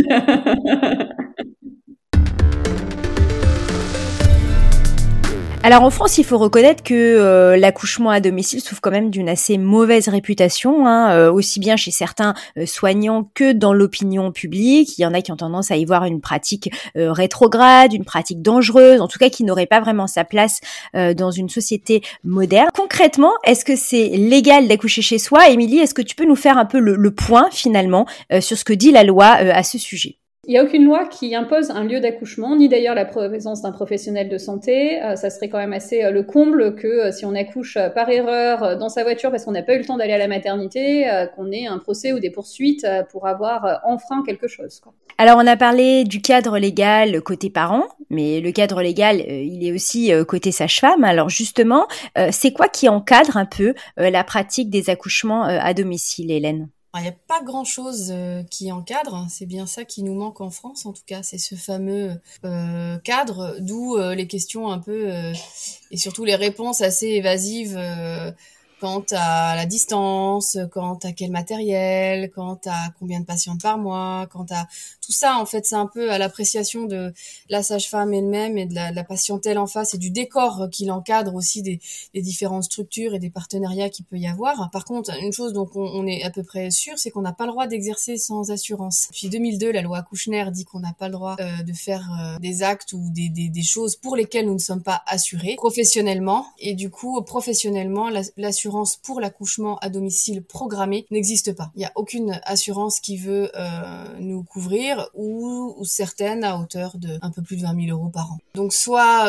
Alors en France, il faut reconnaître que l'accouchement à domicile souffre quand même d'une assez mauvaise réputation, aussi bien chez certains soignants que dans l'opinion publique. Il y en a qui ont tendance à y voir une pratique rétrograde, une pratique dangereuse, en tout cas qui n'aurait pas vraiment sa place dans une société moderne. Concrètement, est-ce que c'est légal d'accoucher chez soi? Émilie, est-ce que tu peux nous faire un peu le point finalement sur ce que dit la loi à ce sujet? Il n'y a aucune loi qui impose un lieu d'accouchement, ni d'ailleurs la présence d'un professionnel de santé. Ça serait quand même assez le comble que si on accouche par erreur dans sa voiture parce qu'on n'a pas eu le temps d'aller à la maternité, qu'on ait un procès ou des poursuites pour avoir enfreint quelque chose, quoi. Alors on a parlé du cadre légal côté parent, mais le cadre légal, il est aussi côté sage-femme. Alors justement, c'est quoi qui encadre un peu la pratique des accouchements à domicile, Hélène ? Il n'y a pas grand-chose qui encadre, c'est bien ça qui nous manque en France en tout cas, c'est ce fameux cadre, d'où les questions un peu et surtout les réponses assez évasives quant à la distance, quant à quel matériel, quant à combien de patientes par mois, quant à tout ça en fait c'est un peu à l'appréciation de la sage-femme elle-même et de la patientèle en face et du décor qui l'encadre aussi des différentes structures et des partenariats qu'il peut y avoir. Par contre, une chose dont on est à peu près sûr, c'est qu'on n'a pas le droit d'exercer sans assurance. Depuis 2002, la loi Kouchner dit qu'on n'a pas le droit de faire des actes ou des choses pour lesquelles nous ne sommes pas assurés professionnellement. Et du coup, professionnellement, l'assurance pour l'accouchement à domicile programmé n'existe pas. Il n'y a aucune assurance qui veut nous couvrir ou certaines à hauteur de un peu plus de 20 000 euros par an. Donc soit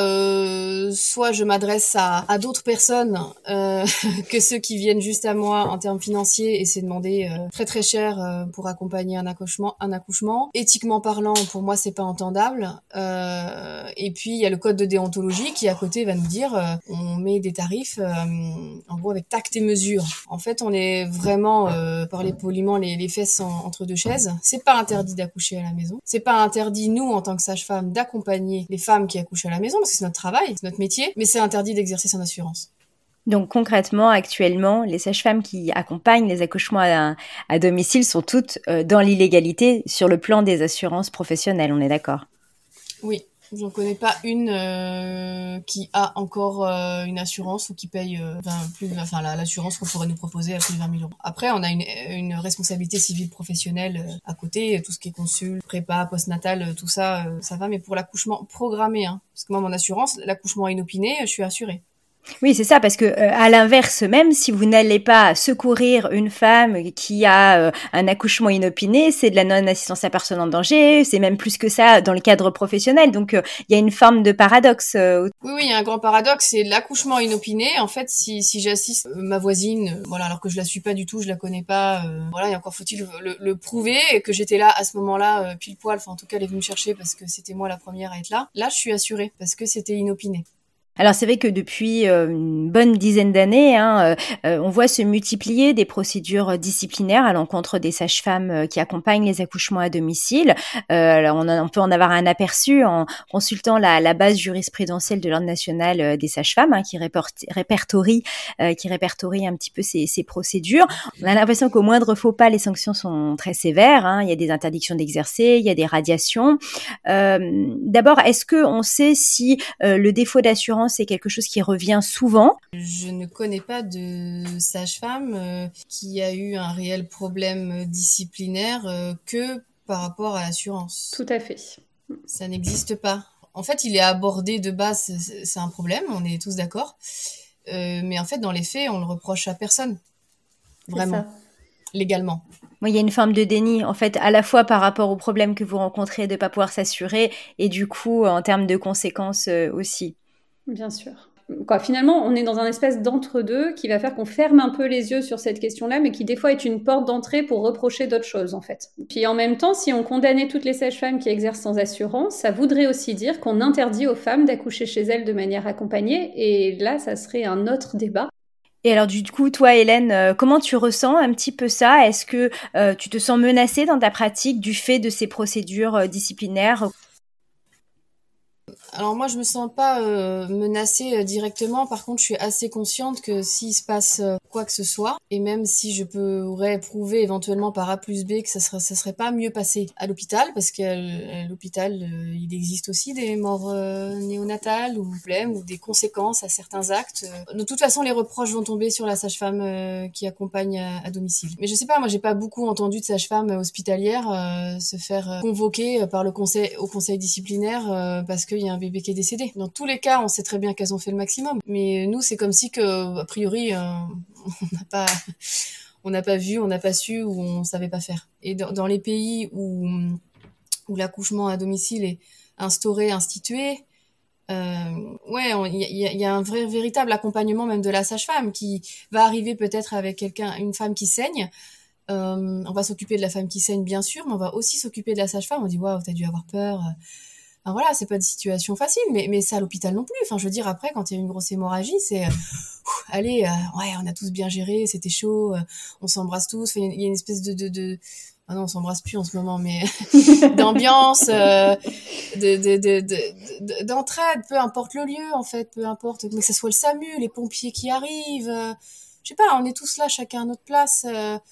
je m'adresse à d'autres personnes que ceux qui viennent juste à moi en termes financiers et c'est demander très très cher pour accompagner un accouchement. Éthiquement parlant, pour moi c'est pas entendable. Et puis il y a le code de déontologie qui à côté va nous dire on met des tarifs en gros avec tact et mesure. En fait on est vraiment parler poliment les fesses entre deux chaises. C'est pas interdit d'accoucher à la maison. C'est pas interdit nous en tant que sage-femme d'accompagner les femmes qui accouchent à la maison parce que c'est notre travail, c'est notre métier, mais c'est interdit d'exercer sans assurance. Donc concrètement, actuellement, les sages-femmes qui accompagnent les accouchements à domicile sont toutes dans l'illégalité sur le plan des assurances professionnelles, on est d'accord? Oui, j'en connais pas une qui a encore une assurance ou qui paye l'assurance qu'on pourrait nous proposer à plus de 20 000 euros. Après, on a une responsabilité civile professionnelle à côté, tout ce qui est consul, prépa, postnatal, tout ça, ça va, mais pour l'accouchement programmé, parce que moi, mon assurance, l'accouchement inopiné, je suis assurée. Oui, c'est ça, parce que à l'inverse, même si vous n'allez pas secourir une femme qui a un accouchement inopiné, c'est de la non-assistance à personne en danger, c'est même plus que ça dans le cadre professionnel. Donc, il y a une forme de paradoxe. Oui, il y a un grand paradoxe, c'est l'accouchement inopiné. En fait, si j'assiste ma voisine, voilà, alors que je la suis pas du tout, je la connais pas, voilà, et encore faut-il le prouver, et que j'étais là à ce moment-là, pile poil, enfin en tout cas, elle est venue me chercher parce que c'était moi la première à être là. Là, je suis assurée parce que c'était inopiné. Alors c'est vrai que depuis une bonne dizaine d'années, on voit se multiplier des procédures disciplinaires à l'encontre des sages-femmes qui accompagnent les accouchements à domicile. Alors on peut en avoir un aperçu en consultant la base jurisprudentielle de l'Ordre national des sages-femmes qui répertorie un petit peu ces procédures. On a l'impression qu'au moindre faux pas, les sanctions sont très sévères. Il y a des interdictions d'exercer, il y a des radiations. D'abord, est-ce que on sait si le défaut d'assurance c'est quelque chose qui revient souvent? Je ne connais pas de sage-femme qui a eu un réel problème disciplinaire que par rapport à l'assurance. Tout à fait. Ça n'existe pas. En fait, il est abordé de base, c'est un problème, on est tous d'accord. Mais en fait, dans les faits, on le reproche à personne. Vraiment. Légalement. Il y a une forme de déni, en fait, à la fois par rapport au problème que vous rencontrez de ne pas pouvoir s'assurer et du coup, en termes de conséquences aussi. Bien sûr. Finalement, on est dans un espèce d'entre-deux qui va faire qu'on ferme un peu les yeux sur cette question-là, mais qui des fois est une porte d'entrée pour reprocher d'autres choses, en fait. Puis en même temps, si on condamnait toutes les sages-femmes qui exercent sans assurance, ça voudrait aussi dire qu'on interdit aux femmes d'accoucher chez elles de manière accompagnée, et là, ça serait un autre débat. Et alors du coup, toi Hélène, comment tu ressens un petit peu ça? Est-ce que tu te sens menacée dans ta pratique du fait de ces procédures disciplinaires? Alors moi je me sens pas menacée directement, par contre je suis assez consciente que s'il se passe quoi que ce soit, et même si je pourrais prouver éventuellement par A plus B que ça serait pas mieux passé à l'hôpital, parce qu'à l'hôpital il existe aussi des morts néonatales ou problèmes ou des conséquences à certains actes. De toute façon les reproches vont tomber sur la sage-femme qui accompagne à domicile. Mais je sais pas, moi j'ai pas beaucoup entendu de sage-femmes hospitalières se faire convoquer par au conseil disciplinaire parce qu'il y a un bébé qui est décédé. Dans tous les cas, on sait très bien qu'elles ont fait le maximum. Mais nous, c'est comme si que, a priori, on n'a pas vu, on n'a pas su ou on savait pas faire. Et dans les pays où l'accouchement à domicile est institué, il y a un véritable accompagnement même de la sage-femme qui va arriver peut-être avec une femme qui saigne. On va s'occuper de la femme qui saigne, bien sûr, mais on va aussi s'occuper de la sage-femme. On dit, waouh, t'as dû avoir peur. Enfin, voilà, c'est pas une situation facile, mais ça à l'hôpital non plus. Enfin, je veux dire, après, quand il y a une grosse hémorragie, c'est allez, ouais, on a tous bien géré, c'était chaud, on s'embrasse tous. Enfin, il y a une espèce de ah non, on s'embrasse plus en ce moment, mais d'ambiance, d'entraide, peu importe le lieu en fait, peu importe, mais que ce soit le SAMU, les pompiers qui arrivent, je sais pas, on est tous là, chacun à notre place,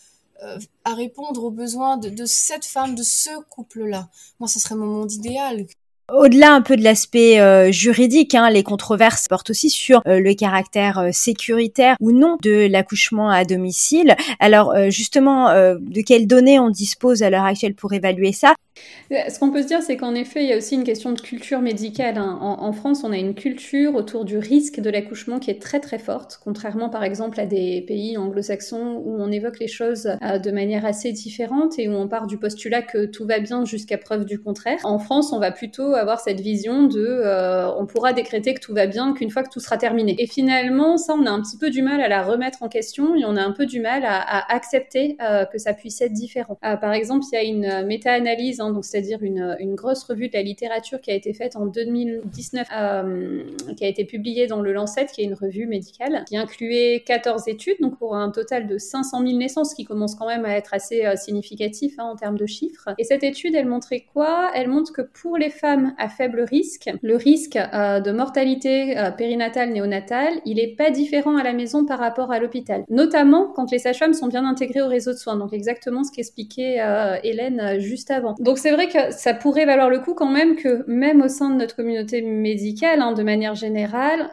à répondre aux besoins de cette femme, de ce couple-là. Moi, ce serait mon monde idéal. Au-delà un peu de l'aspect juridique, les controverses portent aussi sur le caractère sécuritaire ou non de l'accouchement à domicile. Alors justement, de quelles données on dispose à l'heure actuelle pour évaluer ça ? Ce qu'on peut se dire, c'est qu'en effet, il y a aussi une question de culture médicale. En France, on a une culture autour du risque de l'accouchement qui est très très forte, contrairement par exemple à des pays anglo-saxons où on évoque les choses de manière assez différente et où on part du postulat que tout va bien jusqu'à preuve du contraire. En France, on va plutôt avoir cette vision de on pourra décréter que tout va bien qu'une fois que tout sera terminé. Et finalement, ça, on a un petit peu du mal à la remettre en question et on a un peu du mal à accepter que ça puisse être différent. Par exemple, il y a une méta-analyse, donc c'est-à-dire une grosse revue de la littérature qui a été faite en 2019, qui a été publiée dans le Lancet, qui est une revue médicale, qui incluait 14 études, donc pour un total de 500 000 naissances, qui commence quand même à être assez significatif en termes de chiffres. Et cette étude, elle montrait quoi ? Elle montre que pour les femmes à faible risque, le risque de mortalité périnatale, néonatale, il n'est pas différent à la maison par rapport à l'hôpital, notamment quand les sages-femmes sont bien intégrées au réseau de soins, donc exactement ce qu'expliquait Hélène juste avant. Donc c'est vrai que ça pourrait valoir le coup quand même que même au sein de notre communauté médicale, de manière générale,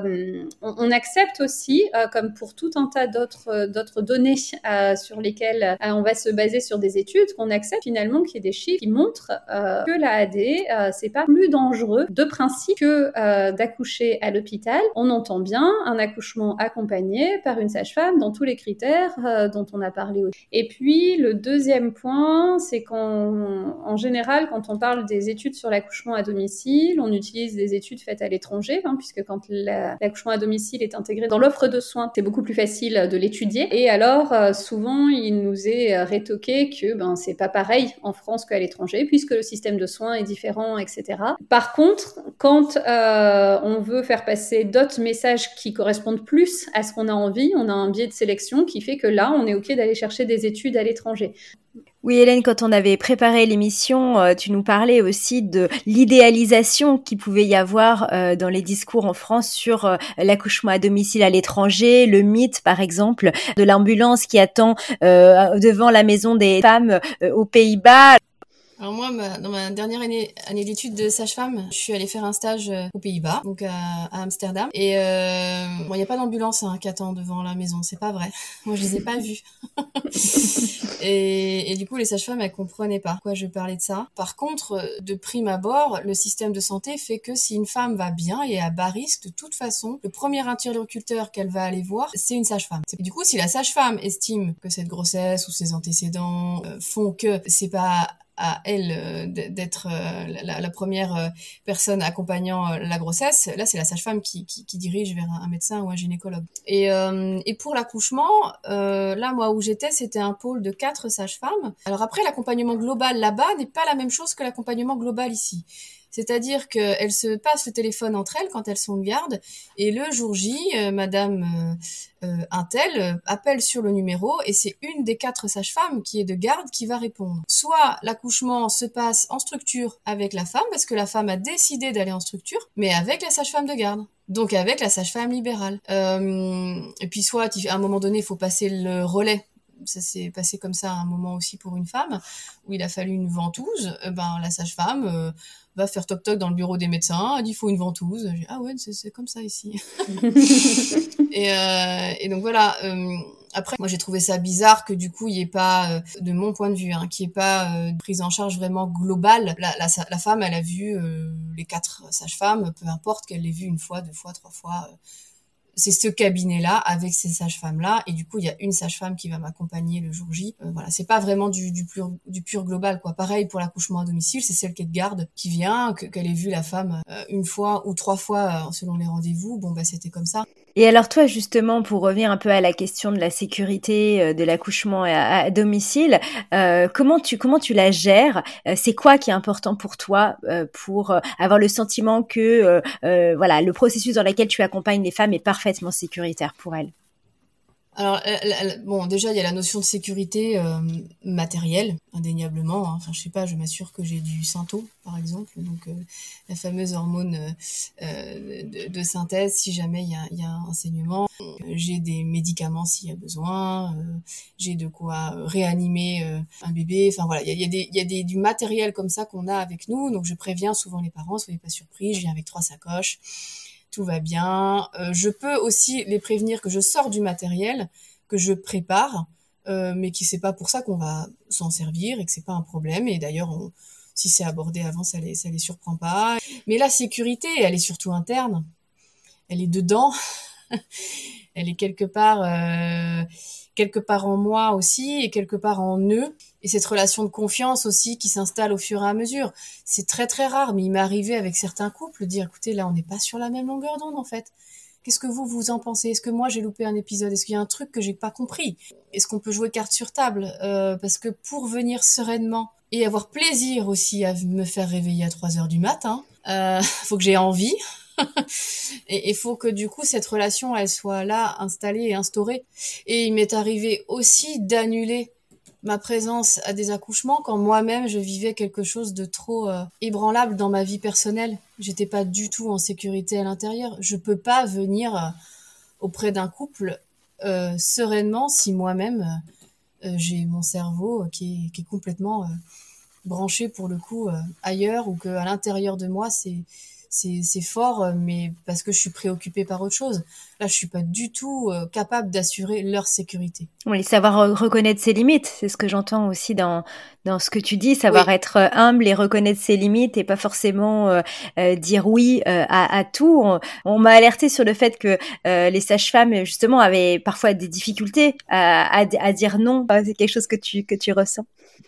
on accepte aussi, comme pour tout un tas d'autres données sur lesquelles on va se baser sur des études, qu'on accepte finalement qu'il y ait des chiffres qui montrent que l'AAD, c'est pas plus dangereux de principe que d'accoucher à l'hôpital. On entend bien un accouchement accompagné par une sage-femme dans tous les critères dont on a parlé aussi. Et puis le deuxième point, c'est qu'en général, quand on parle des études sur l'accouchement à domicile, on utilise des études faites à l'étranger, puisque quand l'accouchement à domicile est intégré dans l'offre de soins, c'est beaucoup plus facile de l'étudier. Et alors, souvent, il nous est rétoqué que c'est pas pareil en France qu'à l'étranger, puisque le système de soins est différent, etc. Par contre, quand on veut faire passer d'autres messages qui correspondent plus à ce qu'on a envie, on a un biais de sélection qui fait que là, on est OK d'aller chercher des études à l'étranger. Oui, Hélène, quand on avait préparé l'émission, tu nous parlais aussi de l'idéalisation qu'il pouvait y avoir dans les discours en France sur l'accouchement à domicile à l'étranger, le mythe, par exemple, de l'ambulance qui attend devant la maison des femmes aux Pays-Bas. Alors moi, dans ma dernière année d'études de sage-femme, je suis allée faire un stage aux Pays-Bas, donc à Amsterdam. Et il n'y a pas d'ambulance qui attend devant la maison, c'est pas vrai. Moi, je les ai pas vues. et du coup, les sages-femmes, elles comprenaient pas pourquoi je parlais de ça. Par contre, de prime abord, le système de santé fait que si une femme va bien et à bas risque, de toute façon, le premier interlocuteur qu'elle va aller voir, c'est une sage-femme. Et du coup, si la sage-femme estime que cette grossesse ou ses antécédents font que c'est pas à elle d'être la première personne accompagnant la grossesse, là c'est la sage-femme qui dirige vers un médecin ou un gynécologue. Et pour l'accouchement, là moi où j'étais, c'était un pôle de 4 sages-femmes. Alors après, l'accompagnement global là-bas n'est pas la même chose que l'accompagnement global ici. C'est-à-dire qu'elles se passent le téléphone entre elles quand elles sont de garde, et le jour J, Madame Untel appelle sur le numéro, et c'est une des 4 sages-femmes qui est de garde qui va répondre. Soit l'accouchement se passe en structure avec la femme, parce que la femme a décidé d'aller en structure, mais avec la sage-femme de garde. Donc avec la sage-femme libérale. Et puis soit, à un moment donné, il faut passer le relais. Ça s'est passé comme ça à un moment aussi pour une femme, où il a fallu une ventouse. La sage-femme va faire toc-toc dans le bureau des médecins, elle dit il faut une ventouse. J'ai dit, ah ouais, c'est comme ça ici. et donc voilà. Après, moi j'ai trouvé ça bizarre que du coup il y ait pas, de mon point de vue, qu'il n'y ait pas prise en charge vraiment globale. La femme, elle a vu les 4 sages-femmes, peu importe qu'elle l'ait vu 1 fois, 2 fois, 3 fois. C'est ce cabinet-là avec ces sages-femmes-là, et du coup il y a une sage-femme qui va m'accompagner le jour J. Voilà, c'est pas vraiment du pur global, quoi. Pareil pour l'accouchement à domicile, c'est celle qui est de garde qui vient, qu'elle ait vu la femme 1 fois ou 3 fois selon les rendez-vous. C'était comme ça. Et alors toi, justement, pour revenir un peu à la question de la sécurité de l'accouchement à domicile, comment tu la gères ? C'est quoi qui est important pour toi pour avoir le sentiment que le processus dans lequel tu accompagnes les femmes est parfaitement parfaitement sécuritaire pour elles? Alors, bon, déjà, il y a la notion de sécurité matérielle, indéniablement. Hein. Enfin, je sais pas, je m'assure que j'ai du Synto, par exemple, donc la fameuse hormone de synthèse, si jamais il y a un saignement. J'ai des médicaments s'il y a besoin. J'ai de quoi réanimer un bébé. Enfin voilà, il y a du matériel comme ça qu'on a avec nous. Donc, je préviens souvent les parents, soyez pas surpris, je viens avec 3 sacoches. Tout va bien. Je peux aussi les prévenir que je sors du matériel, que je prépare, mais que c'est pas pour ça qu'on va s'en servir et que c'est pas un problème. Et d'ailleurs, si c'est abordé avant, ça les surprend pas. Mais la sécurité, elle est surtout interne. Elle est dedans. Elle est quelque part en moi aussi et quelque part en eux. Et cette relation de confiance aussi qui s'installe au fur et à mesure. C'est très très rare, mais il m'est arrivé avec certains couples de dire, écoutez, là on n'est pas sur la même longueur d'onde en fait. Qu'est-ce que vous en pensez? Est-ce que moi j'ai loupé un épisode? Est-ce qu'il y a un truc que j'ai pas compris? Est-ce qu'on peut jouer carte sur table? Parce que pour venir sereinement et avoir plaisir aussi à me faire réveiller à 3h du matin, faut que j'ai envie. Et il faut que du coup cette relation elle soit là, installée et instaurée. Et il m'est arrivé aussi d'annuler ma présence à des accouchements quand moi-même je vivais quelque chose de trop ébranlable dans ma vie personnelle. J'étais pas du tout en sécurité à l'intérieur. Je peux pas venir auprès d'un couple sereinement si moi-même j'ai mon cerveau qui est complètement branché pour le coup ailleurs, ou que à l'intérieur de moi c'est fort, mais parce que je suis préoccupée par autre chose. Là, je suis pas du tout capable d'assurer leur sécurité. Oui, savoir reconnaître ses limites, c'est ce que j'entends aussi dans ce que tu dis, savoir être humble et reconnaître ses limites et pas forcément dire oui à tout. On m'a alerté sur le fait que les sages-femmes justement avaient parfois des difficultés à dire non. C'est quelque chose que tu ressens.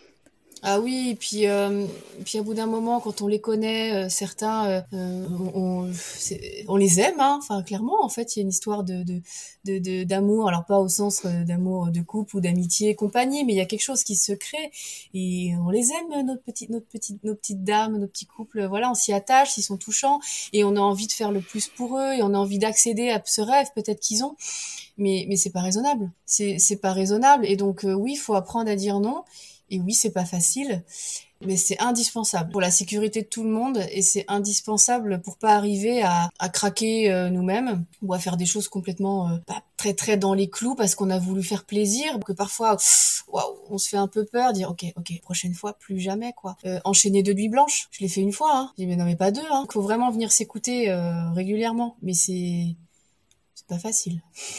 Ah oui, et puis au bout d'un moment, quand on les connaît, certains, on les aime, hein. Enfin, clairement, en fait, il y a une histoire d'amour. Alors pas au sens d'amour de couple ou d'amitié et compagnie, mais il y a quelque chose qui se crée et on les aime, nos petites dames, nos petits couples. Voilà, on s'y attache, ils sont touchants et on a envie de faire le plus pour eux et on a envie d'accéder à ce rêve peut-être qu'ils ont. Mais c'est pas raisonnable. C'est pas raisonnable. Et donc oui, il faut apprendre à dire non. Et oui, c'est pas facile, mais c'est indispensable pour la sécurité de tout le monde et c'est indispensable pour pas arriver à craquer nous-mêmes ou à faire des choses complètement pas très très dans les clous parce qu'on a voulu faire plaisir, que parfois waouh, on se fait un peu peur, dire OK, prochaine fois plus jamais quoi. Enchaîner 2 nuits blanches, je l'ai fait une fois hein. Je dis mais non mais pas 2 hein. Faut vraiment venir s'écouter régulièrement, mais c'est pas facile.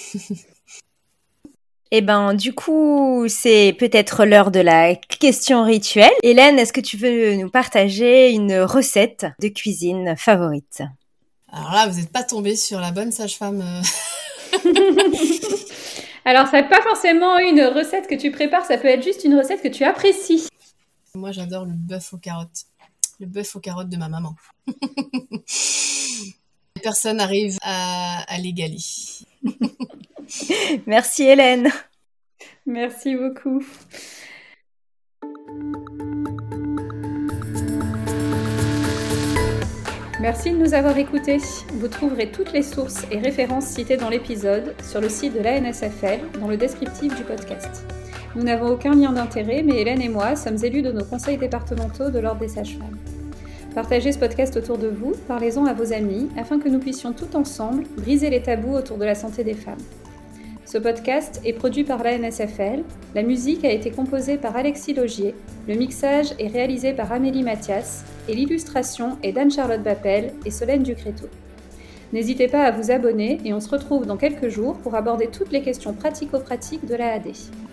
Eh ben, du coup, c'est peut-être l'heure de la question rituelle. Hélène, est-ce que tu veux nous partager une recette de cuisine favorite? Alors là, vous n'êtes pas tombé sur la bonne sage-femme. Alors, ça n'est pas forcément une recette que tu prépares, ça peut être juste une recette que tu apprécies. Moi, j'adore le bœuf aux carottes. Le bœuf aux carottes de ma maman. Personne n'arrive à l'égaler. Merci Hélène. Merci beaucoup. Merci de nous avoir écoutés. Vous trouverez toutes les sources et références citées dans l'épisode sur le site de l'ANSFL dans le descriptif du podcast. Nous n'avons aucun lien d'intérêt, mais Hélène et moi sommes élus de nos conseils départementaux de l'Ordre des sages-femmes. Partagez ce podcast autour de vous, parlez-en à vos amis, afin que nous puissions tout ensemble briser les tabous autour de la santé des femmes. Ce podcast est produit par l'ANSFL, la musique a été composée par Alexis Logier, le mixage est réalisé par Amélie Mathias et l'illustration est d'Anne-Charlotte Bappel et Solène Ducréto. N'hésitez pas à vous abonner et on se retrouve dans quelques jours pour aborder toutes les questions pratico-pratiques de l'AAD.